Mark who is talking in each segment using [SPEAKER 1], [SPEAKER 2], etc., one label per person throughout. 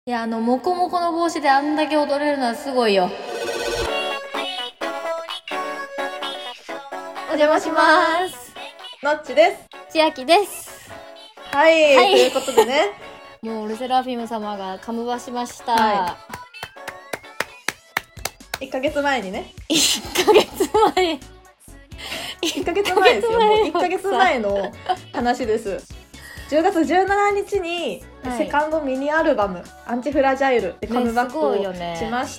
[SPEAKER 1] いや、モコモコの帽子であんだけ踊れるのはすごいよ。お邪魔します。
[SPEAKER 2] のっちです。
[SPEAKER 1] 千秋です。
[SPEAKER 2] はい、ということでね
[SPEAKER 1] もうルセラフィム様がカムバしました、
[SPEAKER 2] 1ヶ月前にね
[SPEAKER 1] 1ヶ月前
[SPEAKER 2] 1ヶ月前ですよ。もう1ヶ月前の話です。10月17日にセカンドミニアルバム、アンチフラジャイルでカムバックをしました、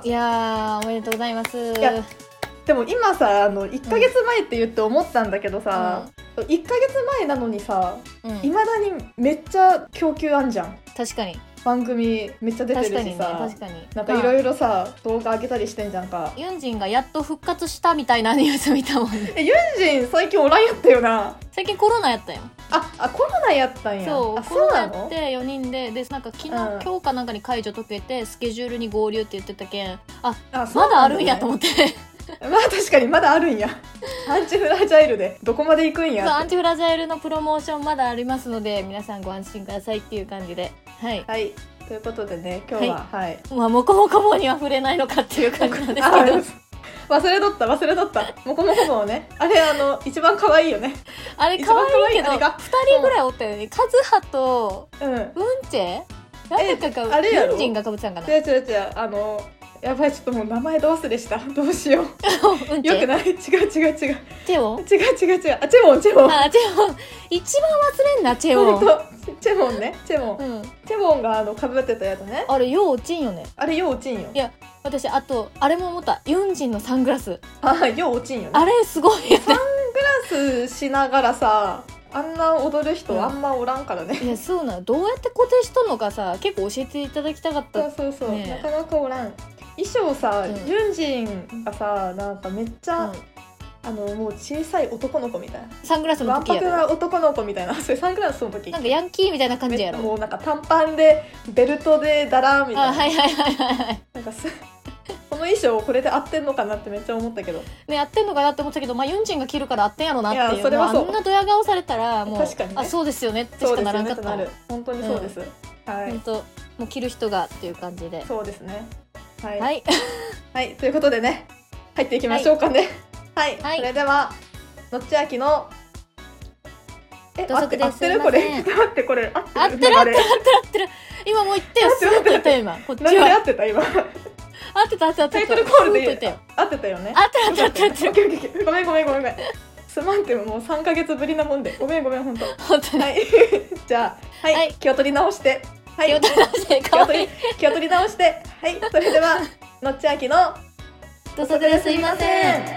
[SPEAKER 1] いやー、おめでとうございます。
[SPEAKER 2] いやでも今さ、1ヶ月前って言って思ったんだけどさ、1ヶ月前なのにさ、未だにめっちゃ供給あんじゃん。
[SPEAKER 1] 確かに
[SPEAKER 2] 番組めっちゃ出てるしさ、
[SPEAKER 1] 確かに
[SPEAKER 2] なんかいろいろさ、動画上げたりしてんじゃんか。
[SPEAKER 1] ユンジンがやっと復活したみたいなニュース見たもんね。
[SPEAKER 2] ユンジン最近おらんやったよな。
[SPEAKER 1] 最近コロナやったよ。
[SPEAKER 2] コロナやったんや。
[SPEAKER 1] そうコロナやって4人でなんか昨日、今日かなんかに解除解けてスケジュールに合流って言ってたけん、まだあるんやと思って
[SPEAKER 2] まあ確かにまだあるんや。アンチフラジャイルでどこまで行くんや。
[SPEAKER 1] そう、アンチフラジャイルのプロモーションまだありますので、皆さんご安心くださいっていう感じで、はい、
[SPEAKER 2] ということでね、今日は
[SPEAKER 1] まあモコモコ棒には触れないのかっていう感じなんですけど
[SPEAKER 2] 忘れとったモコモコ棒ね。あれ一番可愛いよね。
[SPEAKER 1] あれ可愛いけど2人ぐらいおったよね。カズハとウンチェ誰かがユンジンがかぶってたんかな。
[SPEAKER 2] 違うやばい、ちょっともう名前ど忘れした。どうしようよくない。違う
[SPEAKER 1] チェウォン
[SPEAKER 2] 違うチェモン
[SPEAKER 1] 一番忘れんな。チェウォン
[SPEAKER 2] チェモンね。チェモンがかぶってたやつね。
[SPEAKER 1] あれよう落ちんよね。
[SPEAKER 2] あれよう落ちんよ。
[SPEAKER 1] いや私あとあれも思った。ユンジンのサングラス
[SPEAKER 2] よう落ちんよね。
[SPEAKER 1] あれすごいよね。
[SPEAKER 2] サングラスしながらさ、あんな踊る人あんまおらんからね。
[SPEAKER 1] いやそうなの。どうやって固定しとんのかさ、結構教えていただきたかった。
[SPEAKER 2] そう、なかなかおらん。衣装さ、ユンジンがさ、なんかめっちゃ、もう小さい男の子みたいな。サングラスの時やろ。わんぱくな男の子みたいな。それサングラスの時。
[SPEAKER 1] なんかヤンキーみたいな感じやろ。
[SPEAKER 2] もうなんか短パンでベルトでダラーみたいな。なんかこの衣装これで合ってんのかなってめっちゃ思ったけど。
[SPEAKER 1] ね、合ってんのかなって思ったけど、ユンジンが着るから合ってんやろなっていう。いや
[SPEAKER 2] それはそう。
[SPEAKER 1] あんなドヤ顔されたらもう、
[SPEAKER 2] 確かにね、
[SPEAKER 1] そうですよねってしかならんかった。
[SPEAKER 2] 本当にそうです。
[SPEAKER 1] 本当もう着る人がっていう感じで。
[SPEAKER 2] そうですね。
[SPEAKER 1] はい、
[SPEAKER 2] ということでね、入っていきましょうかね。それではのっちあきの合ってるこれ。待って、これ合ってる。
[SPEAKER 1] 今もう言ってよ。すぐ言ったよ今。こっちは。
[SPEAKER 2] 何で合ってた今。
[SPEAKER 1] 合ってた。
[SPEAKER 2] タイトルコールでいい。合ってたよね。
[SPEAKER 1] 合ってる。
[SPEAKER 2] ごめん。すまんってもう3ヶ月ぶりなもんで。ごめん本当。じゃあ気を取り直して。気を取り直して。それではのっちあきの
[SPEAKER 1] 土足ですいません。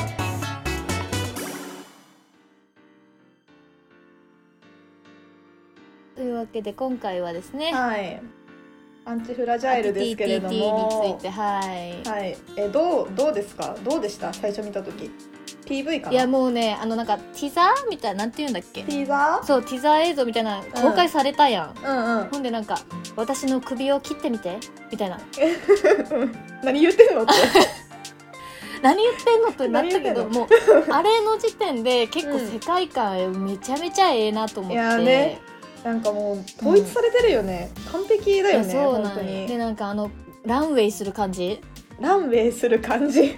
[SPEAKER 1] というわけで今回はですね、
[SPEAKER 2] アンチフラジャイルですけれども、
[SPEAKER 1] について
[SPEAKER 2] どうですか？どうでした？最初見た時 PV かな。
[SPEAKER 1] いやもうね、なんかティザーみたいな、なんていうんだっけ、
[SPEAKER 2] ティザー？
[SPEAKER 1] そう、ティザー映像みたいな公開されたやん。ほんでなんか私の首を切ってみてみたいな
[SPEAKER 2] 何言ってんのって
[SPEAKER 1] 何言ってんのってなったけど、もうあれの時点で結構世界観めちゃめちゃええなと思って。いやね、
[SPEAKER 2] なんかもう統一されてるよね。完璧だよね。
[SPEAKER 1] そうなんにで、なんかランウェイする感じ
[SPEAKER 2] ランウェイする感じ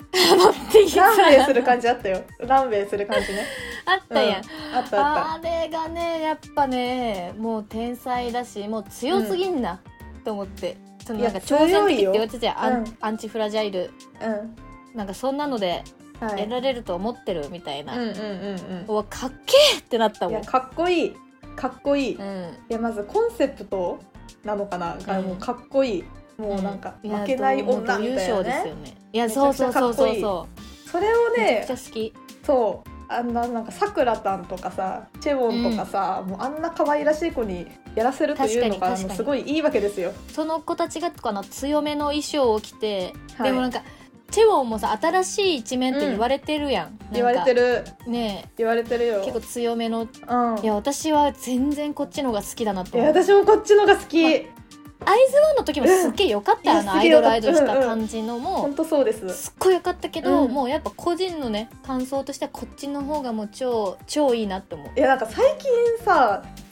[SPEAKER 2] あったよ。ランウェイする感じね。
[SPEAKER 1] あったやん。
[SPEAKER 2] あった。
[SPEAKER 1] あれがね、やっぱね、もう天才だし、もう強すぎんな、と思って。なんか挑戦的って言われてたやん。アンチフラジャイル。なんかそんなので得られると思ってるみたいな。うわ、かっけーってなったもん。
[SPEAKER 2] いや、かっこいい。いや、まずコンセプトなのかながもうかっこいい。もうなんか負けない女みたいなね。
[SPEAKER 1] いや、そう。それを
[SPEAKER 2] ね、
[SPEAKER 1] めちゃくちゃ好き。
[SPEAKER 2] そう、なんかさくらたんとかさ、チェウォンとかさ、もうあんな可愛らしい子にやらせるというのがすごいいいわけですよ。
[SPEAKER 1] その子たちが強めの衣装を着て、でもなんかチェウォンもさ、新しい一面って言われてるやん。
[SPEAKER 2] 言われてる
[SPEAKER 1] ね。
[SPEAKER 2] 言われてるよ。
[SPEAKER 1] 結構強めの。いや、私は全然こっちのが好きだなと思う。
[SPEAKER 2] 私もこっちのが好き。
[SPEAKER 1] アイズワンの時もすっげえ良かったよな、アイドルした感じのも
[SPEAKER 2] 本当そうです。
[SPEAKER 1] すっごい良かったけど、もうやっぱ個人のね感想としてはこっちの方がもう超いいなって思う。
[SPEAKER 2] いや、なんか最近さ、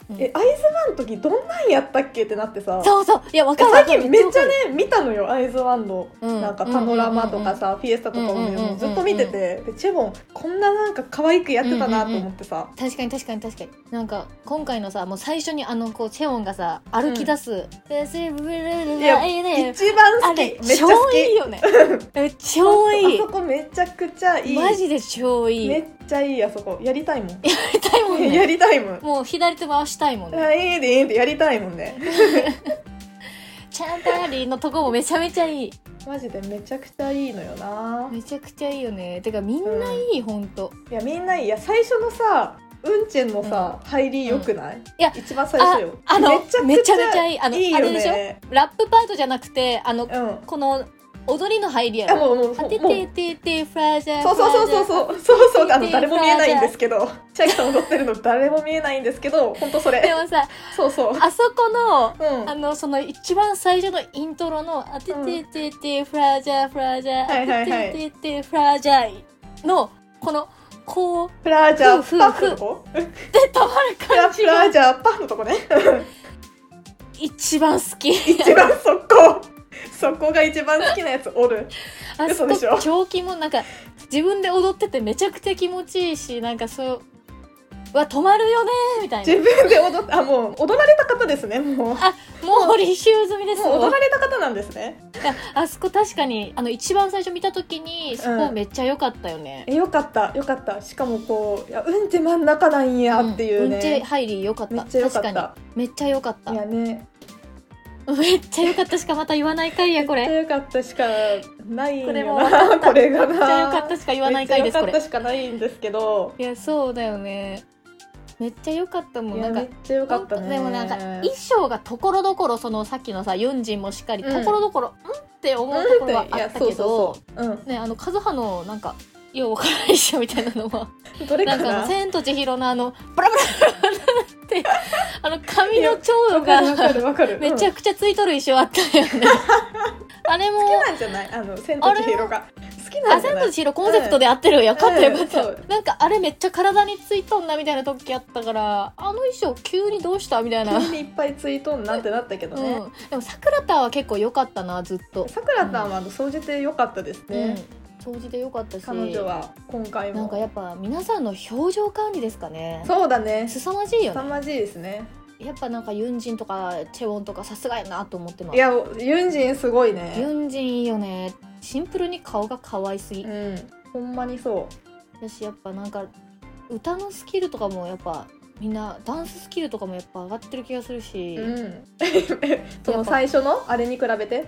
[SPEAKER 2] アイズワンの時どんなんやったっけってなってさ、
[SPEAKER 1] そうそう、いや分かる。
[SPEAKER 2] 最近めっちゃね見たのよ、アイズワンのなんかパノラマとかさ、フィエスタとかもずっと見てて、でチェボンこんななんか可愛くやってたなと思ってさ、
[SPEAKER 1] 確かになんか今回のさ、もう最初にこうチェウォンがさ歩き出す、い
[SPEAKER 2] や一番好き、めっちゃ好き、
[SPEAKER 1] 超いいよね超いい、
[SPEAKER 2] あそこめちゃくちゃいい、
[SPEAKER 1] マジで超いい、
[SPEAKER 2] めっちゃいい、あそこやりたいもん、
[SPEAKER 1] やりたいもんね
[SPEAKER 2] やりたいもん、
[SPEAKER 1] もう左手回したいもんね、
[SPEAKER 2] いいでいいでやりたいもんね
[SPEAKER 1] チャンタリーのとこもめちゃめちゃいい、
[SPEAKER 2] マジでめちゃくちゃいいのよな、
[SPEAKER 1] めちゃくちゃいいよね。てかみんないい、ほんと。
[SPEAKER 2] いやみんないい。いや最初のさうんちんのさ、入り良くない？いや一番最初よ。
[SPEAKER 1] めちゃめちゃいい。
[SPEAKER 2] いいよね、
[SPEAKER 1] あれでしょ？ラップパートじゃなくてこの踊りの入りやろ。
[SPEAKER 2] もう
[SPEAKER 1] ててててフラジャー。
[SPEAKER 2] そう誰も見えないんですけど、千秋さん踊ってるの誰も見えないんですけど、本当それ。
[SPEAKER 1] でもさ、
[SPEAKER 2] そう
[SPEAKER 1] あそこのその一番最初のイントロのあててててフラジャーフラジャー、あててててフラジャーのこのこう
[SPEAKER 2] フラジャーパフのとこ
[SPEAKER 1] で止まる感じが
[SPEAKER 2] フラジャーパフのとこね
[SPEAKER 1] 一番好き、
[SPEAKER 2] 一番そこが一番好きなやつおる。
[SPEAKER 1] あそこ超気もなんか自分で踊っててめちゃくちゃ気持ちいいし、なんかそう止まるよねみたいな。
[SPEAKER 2] 自分で踊って、もう踊られた方ですね。もう
[SPEAKER 1] 履修済みです。
[SPEAKER 2] もう踊られた方なんですね。
[SPEAKER 1] あそこ確かに一番最初見た時にそこめっちゃ良かったよね。
[SPEAKER 2] 良かったしかもこううんち真ん中なんやっていうね、
[SPEAKER 1] うんち入り良かった。
[SPEAKER 2] めっちゃ良かった。
[SPEAKER 1] 確かにめっちゃ良かった。
[SPEAKER 2] いやね、
[SPEAKER 1] めっちゃ良かったしかまた言わない回やこれ。
[SPEAKER 2] めっちゃ良かったしかないんよな、
[SPEAKER 1] これも分かった。
[SPEAKER 2] これがな
[SPEAKER 1] めっちゃ良かったしか言わない回ですこれ。
[SPEAKER 2] めっちゃ良かったしかないんですけど、
[SPEAKER 1] いやそうだよね、めっちゃ良かったもん。なんか
[SPEAKER 2] めっちゃ良かったね。
[SPEAKER 1] でもなんか衣装がところどころ、そのさっきのさユンジンもしっかりところどころって思うところはあったけどね、カズハのなんかようわからない衣装みたいなのは
[SPEAKER 2] どれかな、
[SPEAKER 1] なんか千と千尋のバラバラって髪の蝶がめちゃくちゃついとる衣装あったよねあれも
[SPEAKER 2] 好きなんじゃない？千と千尋が好きなんじゃない？
[SPEAKER 1] 千と千尋コンセプトで合ってるよかったよかった、なんかあれめっちゃ体についとんなみたいな時あったから、衣装急にどうしたみたいな、
[SPEAKER 2] 急にいっぱいついとんなってなったけどね、
[SPEAKER 1] でもさくらたんは結構良かったな、ずっと。
[SPEAKER 2] さくらたんは総じて良かったですね、
[SPEAKER 1] 掃除で良かったし、
[SPEAKER 2] 彼女は今回も
[SPEAKER 1] なんかやっぱ皆さんの表情管理ですかね。
[SPEAKER 2] そうだね、
[SPEAKER 1] 凄まじいよね。
[SPEAKER 2] 凄まじいですね。
[SPEAKER 1] やっぱなんかユンジンとかチェウォンとかさすがやなと思ってます。
[SPEAKER 2] いやユンジンすごいね。
[SPEAKER 1] ユンジンいいよね。シンプルに顔が可愛すぎ、
[SPEAKER 2] ほんまにそう
[SPEAKER 1] 私やっぱなんか歌のスキルとかもやっぱみんなダンススキルとかもやっぱ上がってる気がするし、
[SPEAKER 2] その最初のあれに比べて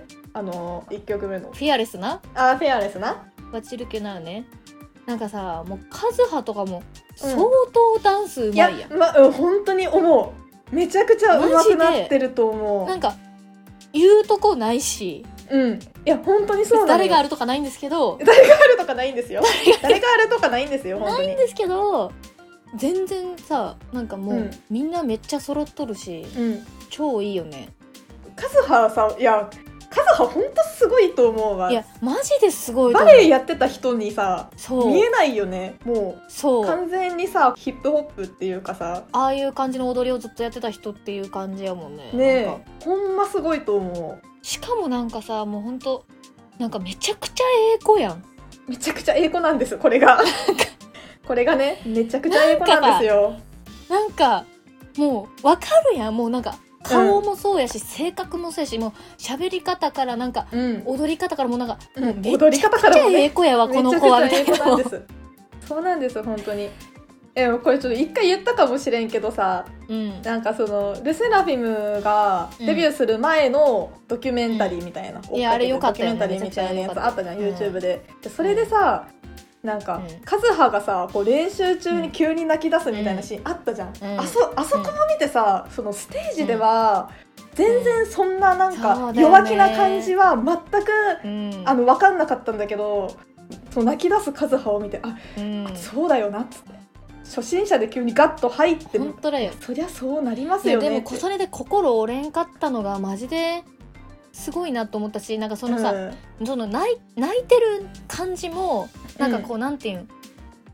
[SPEAKER 2] 1曲目の
[SPEAKER 1] フィアレスな
[SPEAKER 2] フィアレスな
[SPEAKER 1] バチルケなよね。なんかさ、もうカズハとかも相当ダンスうまいやん、
[SPEAKER 2] いや、本当に思う。めちゃくちゃ上手くなってると思う。
[SPEAKER 1] なんか言うとこないし、
[SPEAKER 2] いや本当にそうなのよ。
[SPEAKER 1] 誰があるとかないんですけど、
[SPEAKER 2] 誰があるとかないんですよ。誰があるとかないんですよ、本当に。
[SPEAKER 1] ないんですけど、全然さ、なんかもう、みんなめっちゃ揃っとるし、超いいよね。
[SPEAKER 2] カズハさ、いやカズハ本当すごいと思うわ。
[SPEAKER 1] いやマジですごい
[SPEAKER 2] と思う。バレエやってた人にさ見えないよね。も
[SPEAKER 1] う
[SPEAKER 2] 完全にさヒップホップっていうかさ、
[SPEAKER 1] ああいう感じの踊りをずっとやってた人っていう感じやもんね。
[SPEAKER 2] ねえ、ほんますごいと思う。
[SPEAKER 1] しかもなんかさ、もうほんとなんかめちゃくちゃ英語やん。
[SPEAKER 2] めちゃくちゃ英語なんです、これがこれがね、めちゃくちゃ英語なんですよ。
[SPEAKER 1] なんかもうわかるやん。もうなんか顔もそうやし、性格もそうやし、もう喋り方からなんか、踊り方からもなんか、
[SPEAKER 2] 踊り方からも
[SPEAKER 1] ね、めちゃくちゃ英語やわこの子はみたいな。
[SPEAKER 2] そうなんです本当に。これちょっと一回言ったかもしれんけどさ、なんかそのルセラフィムがデビューする前のドキュメンタリーみたいな、
[SPEAKER 1] いやあれよかったよね、
[SPEAKER 2] ドキュメンタリーみたいなやつあったじゃん、YouTube で。それでさ、なんか、カズハがさこう練習中に急に泣き出すみたいなシーンあったじゃん、あそこも見てさ、そのステージでは全然そんななんか弱気な感じは全く、分かんなかったんだけど、その泣き出すカズハを見てそうだよなっつって、初心者で急にガッと入ってもそりゃそうなりますよねって。
[SPEAKER 1] でもそれで心折れんかったのがマジですごいなと思ったし、なんかそのさ、その泣いてる感じもなんかこう、なんていうん、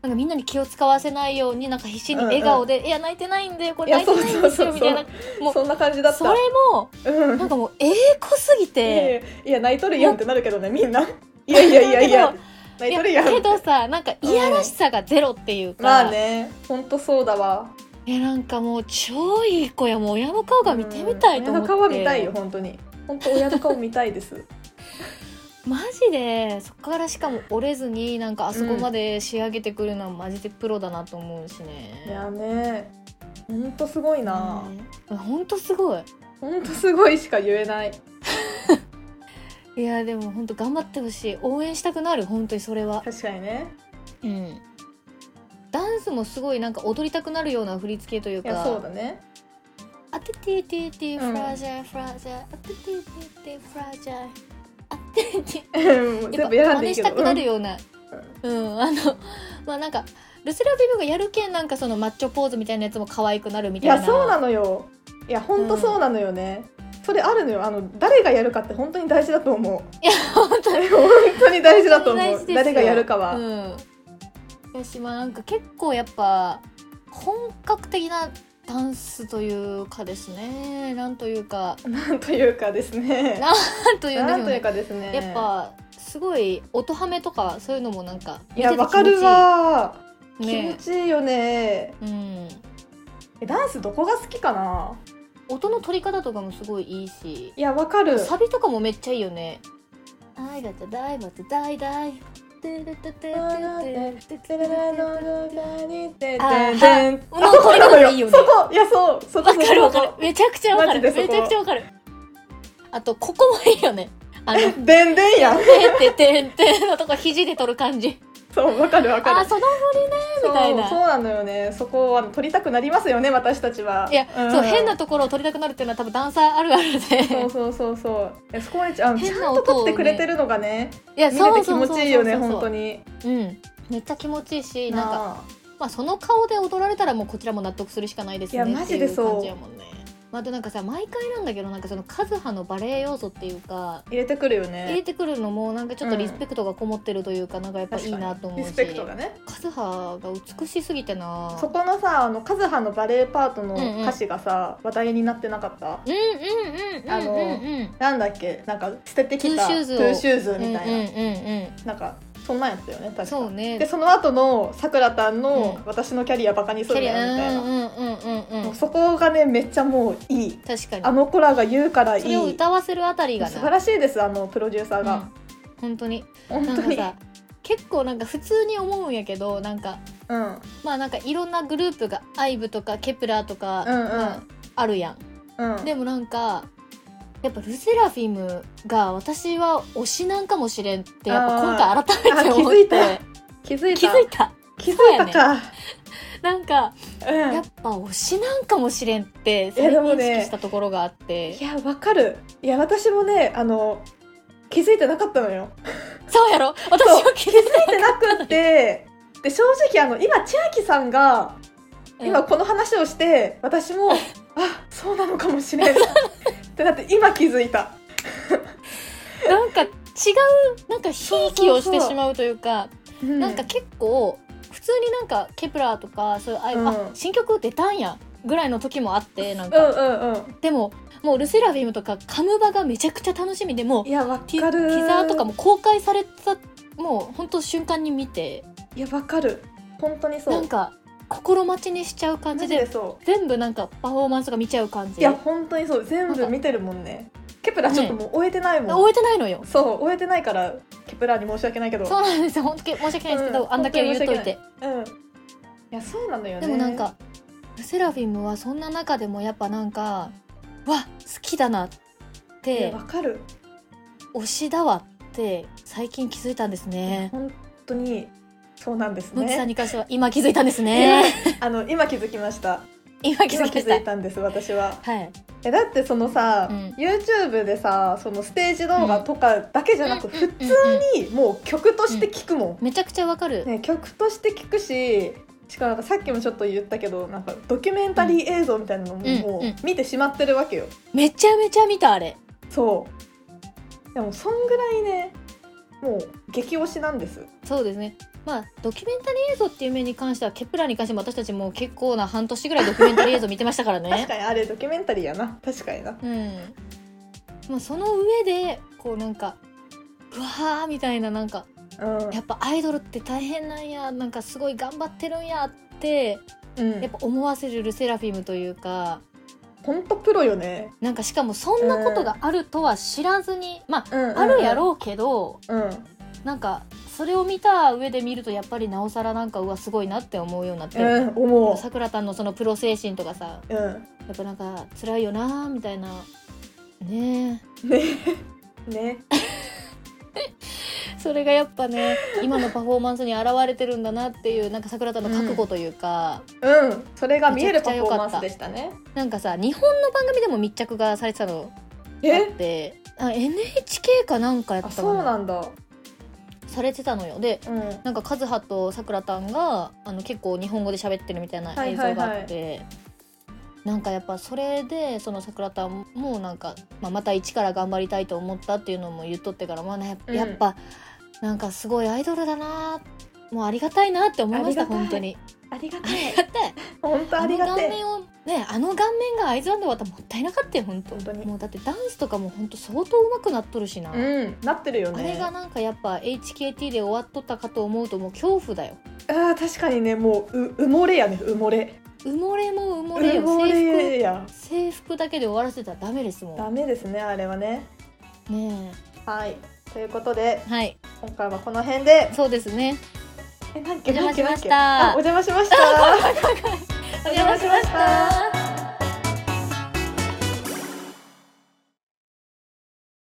[SPEAKER 1] なんかみんなに気を使わせないようになんか必死に笑顔で、いや泣いてないんでこれ泣いてないんですよみたいな、
[SPEAKER 2] もうそんな感じだった。
[SPEAKER 1] それも、なんかもう濃すぎて、
[SPEAKER 2] いや泣いとるやんってなるけどねみんな。いや泣いとるやん
[SPEAKER 1] けどさ、なんかいやらしさがゼロっていうか、
[SPEAKER 2] まあね、ほんとそうだわ。
[SPEAKER 1] なんかもう超いい子や、もう親の顔が見てみたいと思って、
[SPEAKER 2] 親の顔は見たいよ本当に。本当親の顔見たいです
[SPEAKER 1] マジで。そっからしかも折れずになんかあそこまで仕上げてくるのはマジでプロだなと思うしね。
[SPEAKER 2] いやね、ほんとすごいな、
[SPEAKER 1] ほんとすごい、
[SPEAKER 2] ほんとすごいしか言えない
[SPEAKER 1] いやでもほんと頑張ってほしい、応援したくなる、本当にそれは。
[SPEAKER 2] 確かにね。
[SPEAKER 1] ダンスもすごいなんか踊りたくなるような振り付けというか。
[SPEAKER 2] いやそうだね。
[SPEAKER 1] あててててフラジャイフラジャイ、あててててフラジャイ、あてて
[SPEAKER 2] 全部やらんでいいけど、
[SPEAKER 1] 真似したくなるような、まあなんかルセラフィムがやるけん、なんかそのマッチョポーズみたいなやつも可愛くなるみたいな。
[SPEAKER 2] いやそうなのよ。いやほんとそうなのよね、それあるのよ。誰がやるかって本当に大事だと思う。
[SPEAKER 1] いや本
[SPEAKER 2] 当に大事だと思う。誰がやるかは。
[SPEAKER 1] 私はなんか結構やっぱ本格的なダンスというかですね、なんというか
[SPEAKER 2] ですね。
[SPEAKER 1] なんというんでしょうね。
[SPEAKER 2] なんというかですね。
[SPEAKER 1] やっぱすごい音ハメとかそういうのもなんか
[SPEAKER 2] いやわかるわ、気持ちいいよね。ダンスどこが好きかな。
[SPEAKER 1] 音の取り方とかもすごいいいし、
[SPEAKER 2] いやわかる。
[SPEAKER 1] サビとかもめっちゃいいよね。I got the die but the die dieいいよね。
[SPEAKER 2] そこ、いやそう、そこ
[SPEAKER 1] わかるわかる。めちゃくちゃわかる。めちゃくちゃわかる。あとここもいいよね。
[SPEAKER 2] でんでんやん。
[SPEAKER 1] ててんてんのとこ肘で取る感じ。
[SPEAKER 2] そうわかるわかる。
[SPEAKER 1] あその振りねみたいな。
[SPEAKER 2] そうなのよね。そこは取りたくなりますよね私たちは。
[SPEAKER 1] いや、そう変なところを取りたくなるっていうのは多分ダンサーあるあるで。
[SPEAKER 2] そうそこにちゃんと取ってくれてるのがね。いや見てて気持ちいいよね本当に。
[SPEAKER 1] めっちゃ気持ちいいし、なんかまあその顔で踊られたらもうこちらも納得するしかないですね。いやマジでそう感じやもんね。あとなんかさ、毎回なんだけどなんかそのカズハのバレエ要素っていうか
[SPEAKER 2] 入れてくるよね。
[SPEAKER 1] 入れてくるのもなんかちょっとリスペクトがこもってるというか、なんかやっぱいいなと思うし、
[SPEAKER 2] リスペクトがね。
[SPEAKER 1] カズハが美しすぎてな。
[SPEAKER 2] そこのさカズハのバレエパートの歌詞がさ、話題になってなかった？なんだっけ、なんか捨ててきたトゥーシューズみたいな、なんかそんなんやったよね確か。そうね。でその後のさくらたんの、私のキャリアバカにするなよみたいな、そこがねめっちゃもういい。確かにあの子らが言うからいい。それを
[SPEAKER 1] 歌わせるあたりが
[SPEAKER 2] 素晴らしいです、プロデューサーが。
[SPEAKER 1] 本当になんかさ、結構なんか普通に思うんやけど、なんか、まあなんかいろんなグループがIVEとかケプラーとか、あるやん、でもなんかやっぱルセラフィムが私は推しなんかもしれんってやっぱ今回改めて思って。気づいたか。なんか、やっぱ推しなんかもしれんって再認識したところがあって。
[SPEAKER 2] いやわかる。いや私もね気づいてなかったのよ。
[SPEAKER 1] そうやろ。私は気づい
[SPEAKER 2] てなくってで正直今千秋さんが今この話をして私もそうなのかもしれんってなって今気づいた。
[SPEAKER 1] なんか違うなんかひいきをしてしまうというか、なんか結構普通になんかケプラーとかそういう新曲出たんやぐらいの時もあって、なんか、でももうルセラフィムとかカムバがめちゃくちゃ楽しみで、もう
[SPEAKER 2] いやわかる。
[SPEAKER 1] ティザーとかも公開されたもう本当瞬間に見て、
[SPEAKER 2] いやわかる。本当にそう。
[SPEAKER 1] なんか心待ちにしちゃう感じで、全部なんかパフォーマンスが見ちゃう感じ。
[SPEAKER 2] いや本当にそう、全部見てるもんね。ケプラーちょっともう終えてないもん。
[SPEAKER 1] 終えてないのよ。
[SPEAKER 2] そう終えてないからケプラーに申し訳ないけど。
[SPEAKER 1] そうなんですよ、本当に申し訳ないですけど、あんだけ言っといて。
[SPEAKER 2] いやそうなのよね。
[SPEAKER 1] でもなんかルセラフィムはそんな中でもやっぱなんか好きだなって、
[SPEAKER 2] わかる、
[SPEAKER 1] 推しだわって最近気づいたんですね。
[SPEAKER 2] 本当にそうなんですね。
[SPEAKER 1] のちさんに関しては今気づいたんですね。
[SPEAKER 2] 今気づきました。
[SPEAKER 1] 今気づ
[SPEAKER 2] いたんです私は。だってそのさ、YouTube でさそのステージ動画とかだけじゃなく、普通にもう曲として聴くもん。
[SPEAKER 1] めちゃくちゃわかる、
[SPEAKER 2] 曲として聴くし、しかもなんかさっきもちょっと言ったけど、なんかドキュメンタリー映像みたいなのももう見てしまってるわけよ。
[SPEAKER 1] めちゃめちゃ見たあれ。
[SPEAKER 2] そうでもそんぐらいねもう激推しなんです。
[SPEAKER 1] そうですね。 まあドキュメンタリー映像っていう面に関してはケプラーに関しても私たちも結構な半年ぐらいドキュメンタリー映像見てましたからね
[SPEAKER 2] 確かにあれドキュメンタリーやな、確かにな。
[SPEAKER 1] まあ、その上でこうなんかうわーみたいな、なんか、やっぱアイドルって大変なんや、なんかすごい頑張ってるんやって、やっぱ思わせるルセラフィムというか、
[SPEAKER 2] ほんとプロよね。
[SPEAKER 1] なんかしかもそんなことがあるとは知らずに、まあ、あるやろうけど、なんかそれを見た上で見るとやっぱりなおさらなんかうわすごいなって思うようになって、
[SPEAKER 2] 思う。
[SPEAKER 1] さくらたんのそのプロ精神とかさ、やっぱなんか辛いよなみたいなねそれがやっぱね今のパフォーマンスに現れてるんだなっていう、なんかさくらたんの覚悟というか、
[SPEAKER 2] それが見えるパフォーマンスでしたね。
[SPEAKER 1] なんかさ、日本の番組でも密着がされてたのあって、NHK かなんかやったかな。
[SPEAKER 2] そうなんだ。
[SPEAKER 1] されてたのよ。で、なんかカズハとさくらたんが結構日本語で喋ってるみたいな映像があって、なんかやっぱそれでそのさくらたんもなんか、また一から頑張りたいと思ったっていうのも言っとってから、やっぱなんかすごいアイドルだな、もうありがたいなって思いました。本当に
[SPEAKER 2] ありがたい
[SPEAKER 1] 本当ありがたい。あの顔面がアイズワンで終わったらもったいなかったよ本当に。もうだってダンスとかも本当相当上手くなっとるしな、
[SPEAKER 2] なってるよね。
[SPEAKER 1] あれがなんかやっぱ HKT で終わっとったかと思うともう恐怖だよ。
[SPEAKER 2] 確かにね、もう埋もれやね。埋もれ
[SPEAKER 1] も埋もれよ。制服だけで終わらせたらダメですもん。
[SPEAKER 2] ダメですね、あれはね。はい、ということで、今回はこの辺で。
[SPEAKER 1] そうですね。
[SPEAKER 2] お邪魔しました。
[SPEAKER 1] お邪魔しました。